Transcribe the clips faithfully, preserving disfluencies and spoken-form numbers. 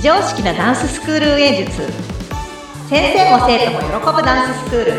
常識なダンススクール運営術。先生も生徒も喜ぶダンススクール。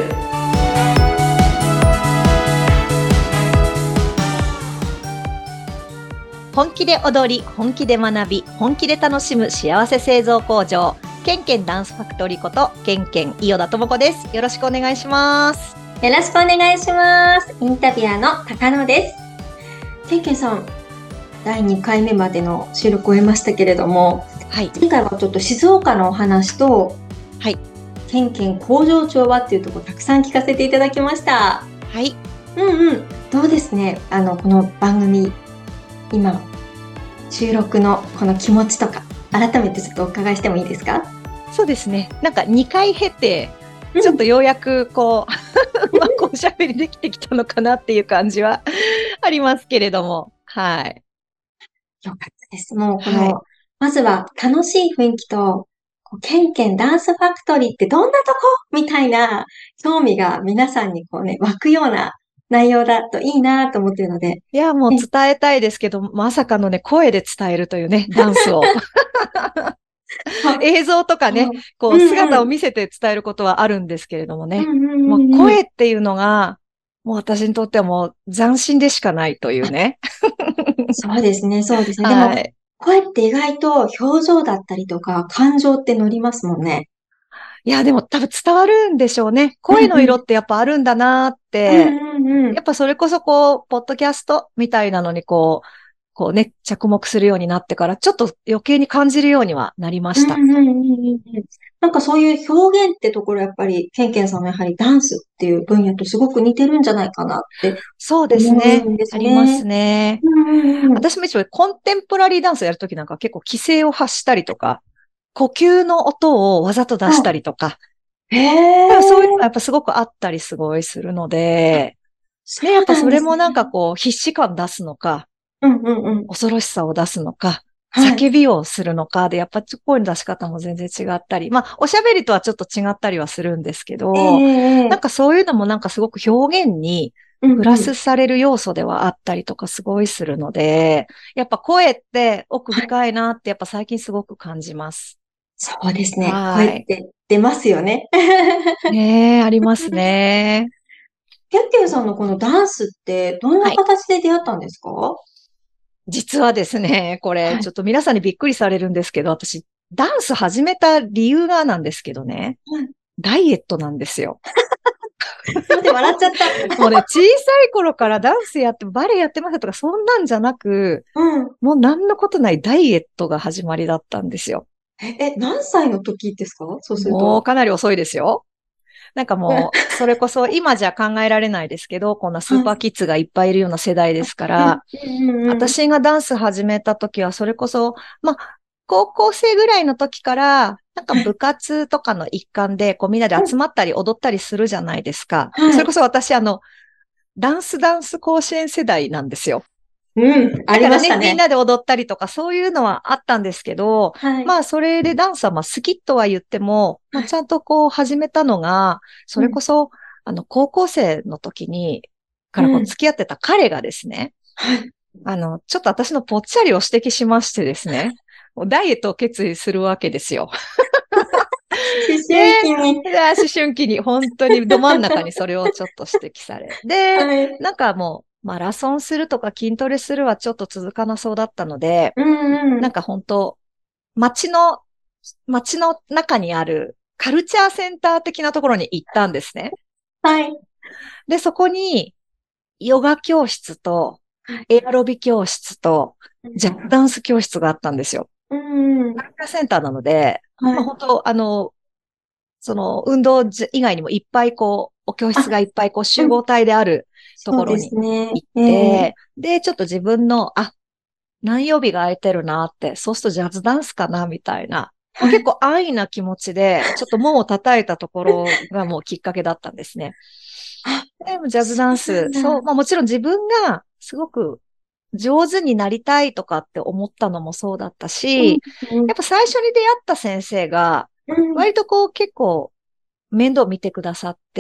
本気で踊り、本気で学び、本気で楽しむ幸せ製造工場、ケンケンダンスファクトリーことケンケン伊予田智子です。よろしくお願いします。 よろしくお願いします。インタビュアーの高野です。ケンケンさん、だいにかいめまでの収録を終えましたけれども、はい、前回はちょっと静岡のお話と、はい、ケンケン工場長はっていうところたくさん聞かせていただきました。 はい。 うんうん。どうですね。あの、この番組、今、収録のこの気持ちとか、改めてちょっとお伺いしてもいいですか？ そうですね。なんかにかい経て、ちょっとようやくこう、うん、まあこうしゃべりできてきたのかなっていう感じはありますけれども、はい。 よかったです。もうこの、はい、まずは楽しい雰囲気と、ケンケンダンスファクトリーってどんなとこみたいな興味が皆さんにこうね、湧くような内容だといいなと思っているので。 いや、もう伝えたいですけど、まさかのね、声で伝えるというね、ダンスを。映像とかね、こう姿を見せて伝えることはあるんですけれどもね。もう声っていうのが、もう私にとってはもう斬新でしかないというね。 そうですね、そうですね。はい、でも、声って意外と表情だったりとか感情って乗りますもんね。 いや、でも多分伝わるんでしょうね。声の色ってやっぱあるんだなーって。やっぱそれこそこう、ポッドキャストみたいなのにこう、こうね、着目するようになってから、ちょっと余計に感じるようにはなりました。 うんうんうんうん、なんかそういう表現ってところやっぱり、ケンケンさんのやはりダンスっていう分野とすごく似てるんじゃないかなってそうですね。ありますね。うんうんうん、私も一応コンテンポラリーダンスやるときなんか結構規制を発したりとか、呼吸の音をわざと出したりとか。へー。そういうのがやっぱすごくあったりすごいするので、ね、やっぱそれもなんかこう必死感出すのか、うんうんうん、恐ろしさを出すのか、叫びをするのかで、やっぱ声の出し方も全然違ったり、まあ、おしゃべりとはちょっと違ったりはするんですけど、えー、なんかそういうのもなんかすごく表現にプラスされる要素ではあったりとかすごいするので、やっぱ声って奥深いなってやっぱ最近すごく感じます。 そうですね。声って出ますよね。 ねえ、ありますね。 ケンケンさんのこのダンスってどんな形で出会ったんですか？はい、 実はですね、これ、ちょっと皆さんにびっくりされるんですけど、私、ダンス始めた理由がなんですけどね、はい、ダイエットなんですよ。 すいません、笑っちゃった。 もうね、小さい頃からダンスやって、バレエやってますとか、そんなんじゃなく、うん、もう何のことないダイエットが始まりだったんですよ。 え、え、何歳の時ですか？そうすると。 もうかなり遅いですよ。なんかもう、それこそ今じゃ考えられないですけど、こんなスーパーキッズがいっぱいいるような世代ですから、私がダンス始めた時はそれこそ、まあ、高校生ぐらいの時から、なんか部活とかの一環で、こうみんなで集まったり踊ったりするじゃないですか。はい、それこそ私、あの、ダンスダンス甲子園世代なんですよ。 うん、ありましたね。 だからね、みんなで踊ったりとかそういうのはあったんですけど、はい、まあそれでダンスはまあ好きとは言っても、まあ、ちゃんとこう始めたのが、それこそ、うん、あの高校生の時に、からこう付き合ってた彼がですね、うん、あの、ちょっと私のぽっちゃりを指摘しましてですね、ダイエットを決意するわけですよ。 思春期に。 ね、思春期に本当にど真ん中にそれをちょっと指摘され。で、はい、なんかもう、マラソンするとか筋トレするはちょっと続かなそうだったので、うんうん、なんか本当街の、街の中にあるカルチャーセンター的なところに行ったんですね。 はい。 で、そこに、ヨガ教室と、エアロビ教室と、ジャックダンス教室があったんですよ。うん、カルチャーセンターなので、はい、まあ本当、あの、その運動以外にもいっぱいこう、お教室がいっぱいこう集合体であるところに行って、ねえー、で、ちょっと自分の、あ、何曜日が空いてるなって、そうするとジャズダンスかなみたいな、はい、結構安易な気持ちで、ちょっと門を叩いたところがもうきっかけだったんですね。でもジャズダンス、そう、まあもちろん自分がすごく上手になりたいとかって思ったのもそうだったし、うんうん、やっぱ最初に出会った先生が、割とこう結構面倒見てくださって、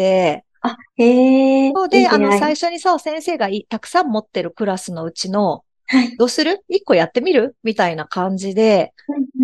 あ、へー。 そうで、あの、最初にさ、先生がいたくさん持ってるクラスのうちの、はい、どうする一個やってみるみたいな感じで、うんうん、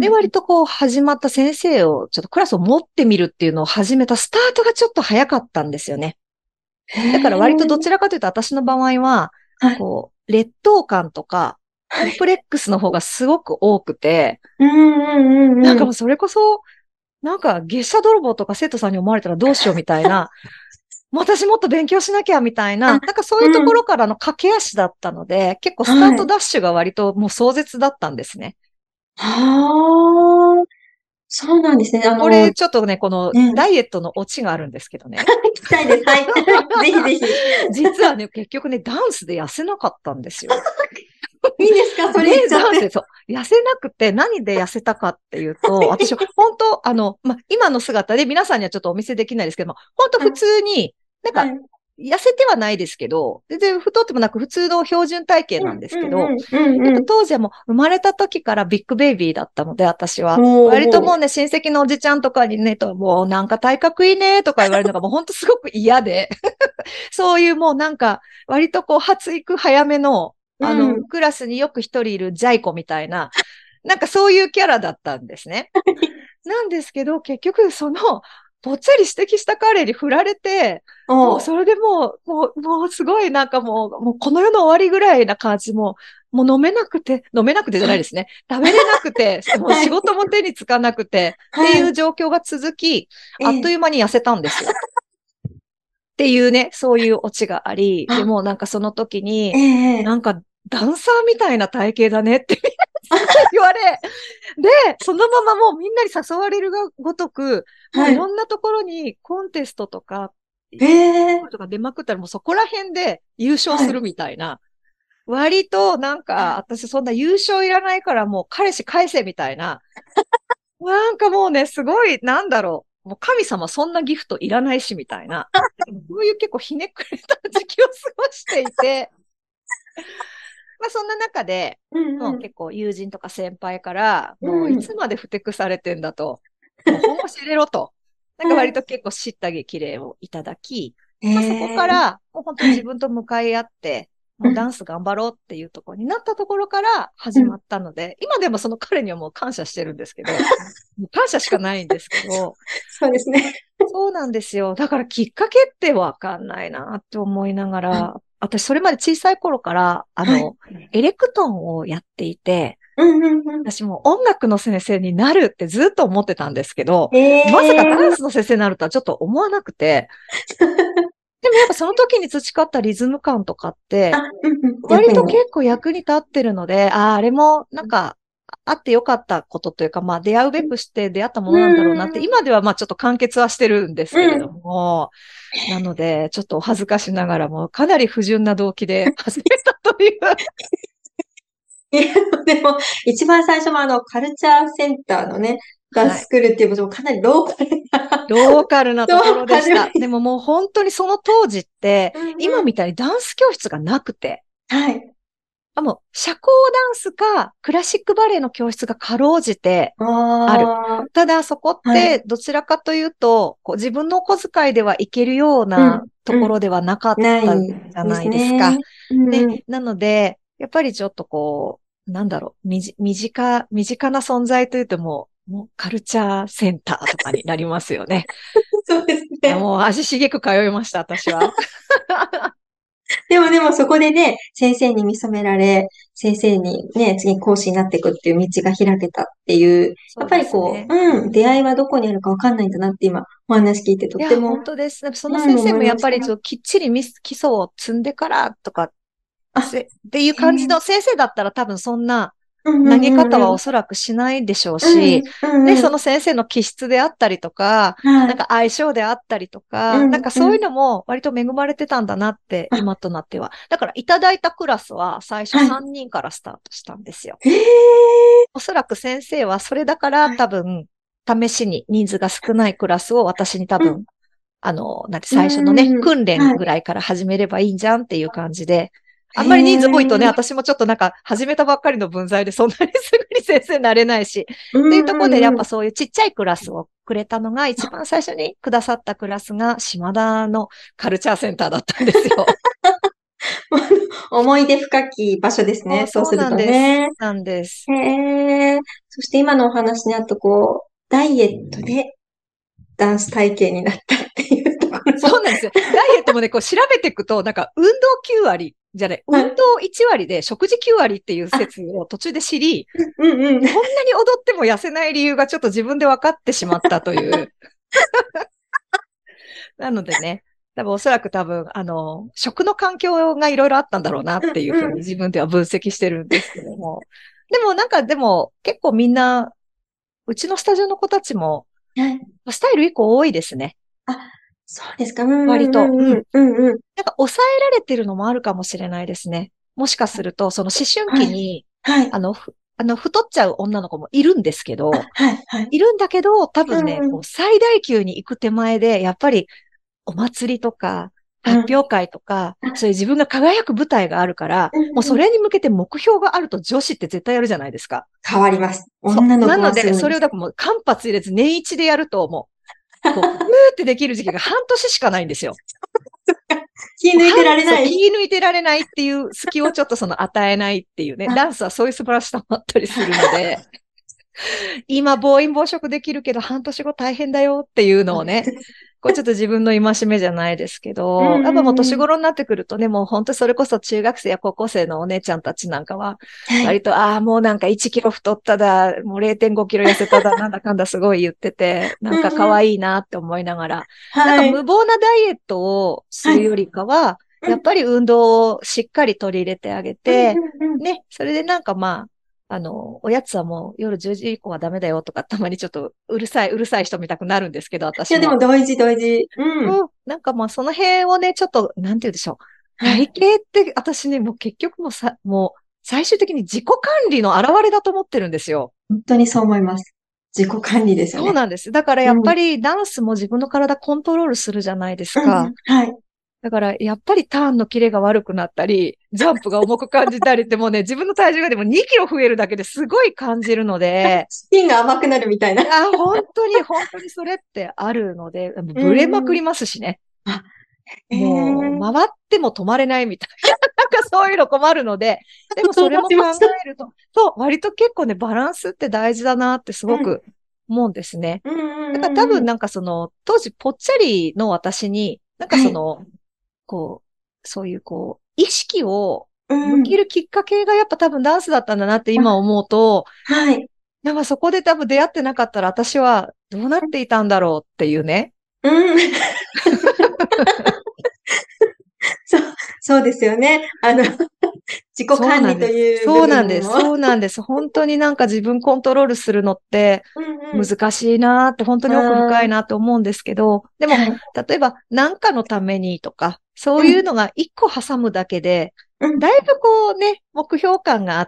で、割とこう始まった先生を、ちょっとクラスを持ってみるっていうのを始めたスタートがちょっと早かったんですよね。だから割とどちらかというと私の場合は、こう、劣等感とか、コンプレックスの方がすごく多くて、なんかもうそれこそ、なんか月謝泥棒とか生徒さんに思われたらどうしようみたいな、もう私もっと勉強しなきゃみたいな、なんかそういうところからの駆け足だったので、結構スタートダッシュが割ともう壮絶だったんですね。 はあ。そうなんですね。あの、 これちょっとね、このダイエットのオチがあるんですけどね。 聞きたいです。はい。ぜひぜひ。 実はね、結局ね、ダンスで痩せなかったんですよ。 いいですかそれ言っちゃって。 ダンスで、そう。痩せなくて何で痩せたかっていうと、私、本当あの、ま、今の姿で皆さんにはちょっとお見せできないですけども、本当普通に、なんか、はい痩せてはないですけど、全然太ってもなく普通の標準体型なんですけど、当時はもう生まれた時からビッグベイビーだったので、私は。割ともうね、親戚のおじちゃんとかにね、ともうなんか体格いいねとか言われるのがもうほんとすごく嫌で、そういうもうなんか、割とこう発育早めの、あの、うん、クラスによく一人いるジャイ子みたいな、なんかそういうキャラだったんですね。なんですけど、結局その、ぽっちゃり指摘した彼に振られて、もうそれでもう、もう、もうすごいなんかもう、もうこの世の終わりぐらいな感じも、もう飲めなくて、飲めなくてじゃないですね。食べれなくて、もう仕事も手につかなくて、はい、っていう状況が続き、あっという間に痩せたんですよ。っていうね、そういうオチがあり、でもなんかその時に、えー、なんかダンサーみたいな体型だねって言われ、で、そのままもうみんなに誘われるがごとく、はい、もういろんなところにコンテストとか、えー、とか出まくったらもうそこら辺で優勝するみたいな。はい、割となんか、私そんな優勝いらないからもう彼氏返せみたいな。なんかもうね、すごい、なんだろう。もう神様そんなギフトいらないしみたいな。そういう結構ひねくれた時期を過ごしていて。まあそんな中で、うんうん、もう結構友人とか先輩から、もういつまでふてくされてんだと、うん、もう本腰入れろと。なんか割と結構叱咤激励をいただき、うん、まあそこから、もう本当に自分と向かい合って、もうダンス頑張ろうっていうところになったところから始まったので、うん、今でもその彼にはもう感謝してるんですけど、もう感謝しかないんですけど。 そうですね。 そうなんですよ。だからきっかけってわかんないなって思いながら、うん、私それまで小さい頃から、あの、はい、エレクトンをやっていて、 うんうんうん、 私も音楽の先生になるってずっと思ってたんですけど、えー、まさかダンスの先生になるとはちょっと思わなくて、でもやっぱその時に培ったリズム感とかって、割と結構役に立ってるので、ああ、あれもなんか、あってよかったことというか、まあ出会うべくして出会ったものなんだろうなって、今ではまあちょっと完結はしてるんですけれども、うん、なので、ちょっとお恥ずかしながらも、かなり不純な動機で始めたという。 いや、でも、一番最初もあの、カルチャーセンターのね、ダンススクールっていう場所もかなりローカルな。 ローカルなところでした。でももう本当にその当時って、うんうん、今みたいにダンス教室がなくて。 はい。 あ、もう、社交ダンスか、クラシックバレエの教室がかろうじてある。あただ、そこって、どちらかというと、はい、こう自分のお小遣いでは行けるようなところではなかったじゃないですか。うんうん、で、ね、なので、やっぱりちょっとこう、なんだろう、みじ、身近、身近な存在というともう、もうカルチャーセンターとかになりますよね。 そうですね。 もう足しげく通いました、私は。 でもでもそこでね、先生に見初められ、先生にね、次講師になっていくっていう道が開けたっていう、やっぱりこう、うん、出会いはどこにあるかわかんないんだなって今お話聞いてとっても。 いや、本当です。その先生もやっぱりちょっときっちり基礎を積んでからとか、っていう感じの先生だったら多分そんな投げ方はおそらくしないでしょうし、で、その先生の気質であったりとか、なんか相性であったりとか、なんかそういうのも割と恵まれてたんだなって、今となっては。だからいただいたクラスは最初さんにんからスタートしたんですよ。おそらく先生はそれだから多分、試しに人数が少ないクラスを私に多分、あの、なんて最初のね、訓練ぐらいから始めればいいんじゃんっていう感じで、あんまり人数多いとね、私もちょっとなんか始めたばっかりの分際でそんなにすぐに先生になれないし、っていうところでやっぱそういうちっちゃいクラスをくれたのが一番最初にくださったクラスが島田のカルチャーセンターだったんですよ。 思い出深き場所ですね。そうするとね。 そうなんです。 へえ。そして今のお話にあったこう、ダイエットでダンス体型になったっていうところ。 そうなんですよ。ダイエットもね、こう調べていくと、なんか運動きゅう割じゃない、運動いち割で食事きゅう割っていう説を途中で知り、 うんうん、 こんなに踊っても痩せない理由がちょっと自分で分かってしまったという。なのでね、多分おそらく多分、あの、食の環境がいろいろあったんだろうなっていうふうに自分では分析してるんですけども。でもなんかでも結構みんな、うちのスタジオの子たちも、スタイルいっこ多いですね。 あ、そうですか。うんうんうん、 割と。うん。うんうん。 なんか抑えられてるのもあるかもしれないですね。もしかすると、その思春期に、 はい。はい、 あの、あの、太っちゃう女の子もいるんですけど、 はい、はい。 いるんだけど、多分ね、 うんうん、 こう最大級に行く手前で、やっぱりお祭りとか、発表会とか、うん、そういう自分が輝く舞台があるから、うんうん、もうそれに向けて目標があると女子って絶対やるじゃないですか。 変わります。女の子はなので、それをだからもう間髪入れず年一でやるともう、こう、ムーってできる時期が半年しかないんですよ。 気抜いてられない。 気抜いてられないっていう隙をちょっとその与えないっていうね。ダンスはそういう素晴らしさもあったりするので、今暴飲暴食できるけど半年後大変だよっていうのをね、こうちょっと自分の戒めじゃないですけど、やっぱもう年頃になってくるとね、もう本当それこそ中学生や高校生のお姉ちゃんたちなんかは、割と、ああ、もうなんかいちキロ太っただ、もう れいてんごキロ痩せただ、なんだかんだすごい言ってて、なんか可愛いなって思いながら、なんか無謀なダイエットをするよりかは、やっぱり運動をしっかり取り入れてあげて、ね、それでなんかまあ、あの、おやつはもう夜じゅうじ以降はダメだよとか、たまにちょっとうるさい、うるさい人見たくなるんですけど、私も。 いや、でも大事、大事。うん。 うん。なんかまあその辺をね、ちょっと、なんて言うでしょう。体型って私ね、もう結局もさ、もう最終的に自己管理の表れだと思ってるんですよ。 本当にそう思います。自己管理ですよね。 そうなんです。だからやっぱりダンスも自分の体コントロールするじゃないですか。うん、 はい。 だから、やっぱりターンのキレが悪くなったり、ジャンプが重く感じたりってもうね、自分の体重がでもにキロ増えるだけですごい感じるので。 スピンが甘くなるみたいな。 あ、本当に、本当にそれってあるので、ブレまくりますしね。あもう、回っても止まれないみたいな。なんかそういうの困るので、でもそれも考えると、そう、割と結構ね、バランスって大事だなってすごく思うんですね。だから多分なんかその、当時ぽっちゃりの私に、なんかその、はいこう、そういうこう、意識を向けるきっかけがやっぱ多分ダンスだったんだなって今思うと、はい。なんかそこで多分出会ってなかったら私はどうなっていたんだろうっていうね。 うん。そう、そうですよね。あの、自己管理というそうなんです。そうなんです。本当になんか自分コントロールするのって難しいなって、本当に奥深いなって思うんですけど、でも、例えば何かのためにとか、そういうのが一個挟むだけで、だいぶこうね、目標感があって、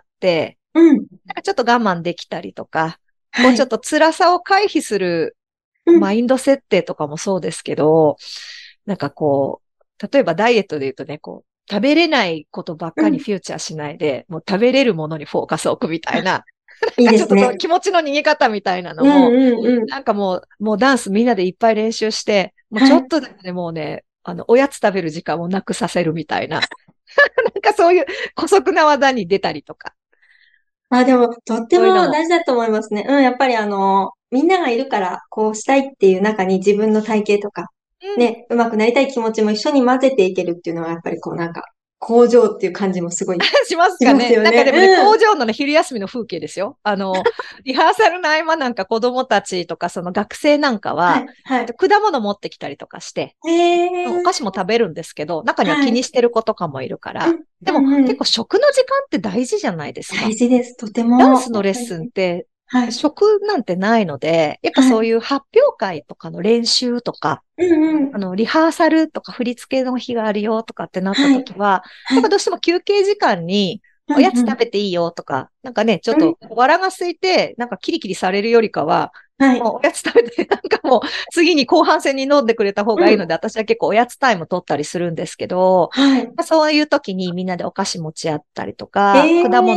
なんかちょっと我慢できたりとか、こうちょっと辛さを回避するマインド設定とかもそうですけど、なんかこう、例えばダイエットで言うとね、こう、食べれないことばっかりフューチャーしないで、うん、もう食べれるものにフォーカスを置くみたいな。いいですね。ちょっと気持ちの逃げ方みたいなのも、うんうんうん、なんかもう、もうダンスみんなでいっぱい練習して、もうちょっとでもね、はい、もうね、あの、おやつ食べる時間をなくさせるみたいな。なんかそういう古速な技に出たりとか。 あ、でも、とっても大事だと思いますね。うん、やっぱりあの、みんながいるからこうしたいっていう中に自分の体型とか、ね、うまくなりたい気持ちも一緒に混ぜていけるっていうのは、やっぱりこうなんか、工場っていう感じもすごい。 しますかね。なんかでもね、うん、工場のね、昼休みの風景ですよ。あの、リハーサルの合間なんか子供たちとか、その学生なんかは、はいはい、果物持ってきたりとかして、お菓子も食べるんですけど、中には気にしてる子とかもいるから、はい、でも、うんうん、結構食の時間って大事じゃないですか。 大事です、とても。 ダンスのレッスンって、はい、食なんてないので、やっぱそういう発表会とかの練習とか、はいうんうん、あの、リハーサルとか振り付けの日があるよとかってなった時は、はい、やっぱどうしても休憩時間に、おやつ食べていいよとか、うんうん、なんかね、ちょっと、藁が空いて、なんかキリキリされるよりかは、はい、もうおやつ食べて、なんかもう、次に後半戦に飲んでくれた方がいいので、うん、私は結構おやつタイム取ったりするんですけど、はい、そういう時にみんなでお菓子持ち合ったりとか、えー、果物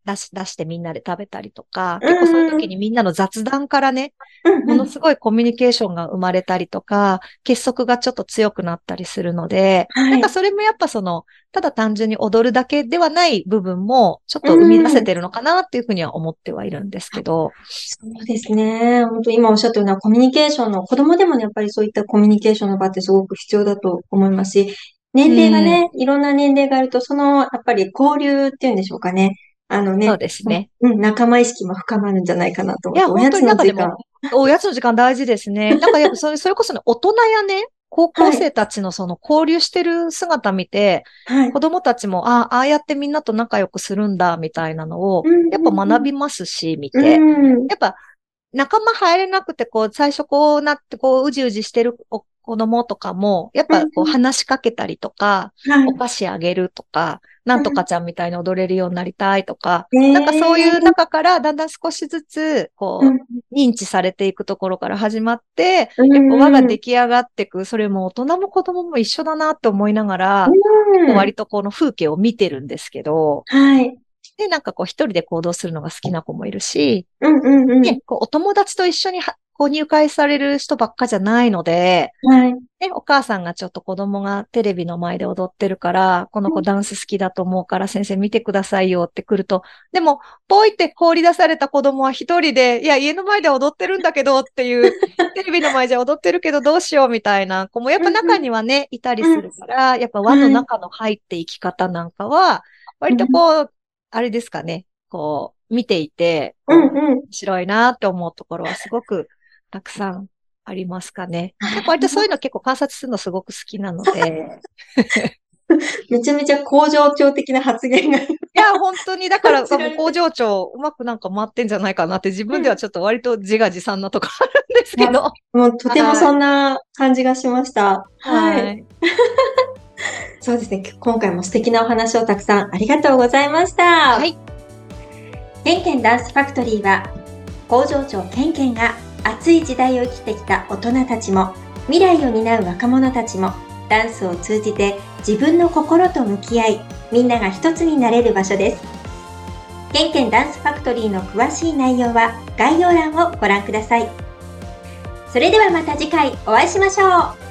出し、出してみんなで食べたりとか、結構そういう時にみんなの雑談からね、ものすごいコミュニケーションが生まれたりとか、結束がちょっと強くなったりするので、はい、なんかそれもやっぱその、ただ単純に踊るだけではない部分も、ちょっと生み出せてるのかなっていうふうには思ってはいるんですけど。 そうですね。本当今おっしゃったようなコミュニケーションの、子供でもね、やっぱりそういったコミュニケーションの場ってすごく必要だと思いますし、年齢がね、いろんな年齢があると、その、やっぱり交流っていうんでしょうかね。あのね。 そうですね。 うん、仲間意識も深まるんじゃないかなと思って。 いや、本当になんかでも、おやつの時間大事ですね。なんかやっぱそれ、それこそね、大人やね、高校生たちのその交流してる姿見て、はい、子供たちも、ああ、ああやってみんなと仲良くするんだ、みたいなのを、やっぱ学びますし、見て。やっぱ、仲間入れなくて、こう、最初こうなって、こう、うじうじしてる子供とかも、やっぱこう、話しかけたりとか、はい、お菓子あげるとか、なんとかちゃんみたいに踊れるようになりたいとか、うん、なんかそういう中からだんだん少しずつ、こう、うん、認知されていくところから始まって、うん、やっぱ輪が出来上がっていく、それも大人も子供も一緒だなって思いながら、うん、割とこの風景を見てるんですけど、はい。で、なんかこう一人で行動するのが好きな子もいるし、うんうんうん、で、こうお友達と一緒にこう入会される人ばっかじゃないので、はい。で、お母さんがちょっと子供がテレビの前で踊ってるから、この子ダンス好きだと思うから先生見てくださいよって来ると、でも、ポイって放り出された子供は一人で、いや、家の前で踊ってるんだけどっていう、テレビの前じゃ踊ってるけどどうしようみたいな子もやっぱ中にはね、いたりするから、やっぱ輪の中の入っていき方なんかは、割とこう、あれですかね、こう、見ていて、こう、面白いなって思うところはすごくたくさんありますかね。割とそういうの結構観察するのすごく好きなので。 めちゃめちゃ工場長的な発言が。いや、本当に、だから、工場長、うまくなんか回ってんじゃないかなって自分ではちょっと割と自画自賛なとこあるんですけど。 もうとてもそんな感じがしました。はい。はいそうですね。今回も素敵なお話をたくさんありがとうございました。はい。ケンケンダンスファクトリーは、工場長ケンケンが熱い時代を生きてきた大人たちも、未来を担う若者たちも、ダンスを通じて自分の心と向き合い、みんなが一つになれる場所です。ケンケンダンスファクトリーの詳しい内容は概要欄をご覧ください。それではまた次回お会いしましょう。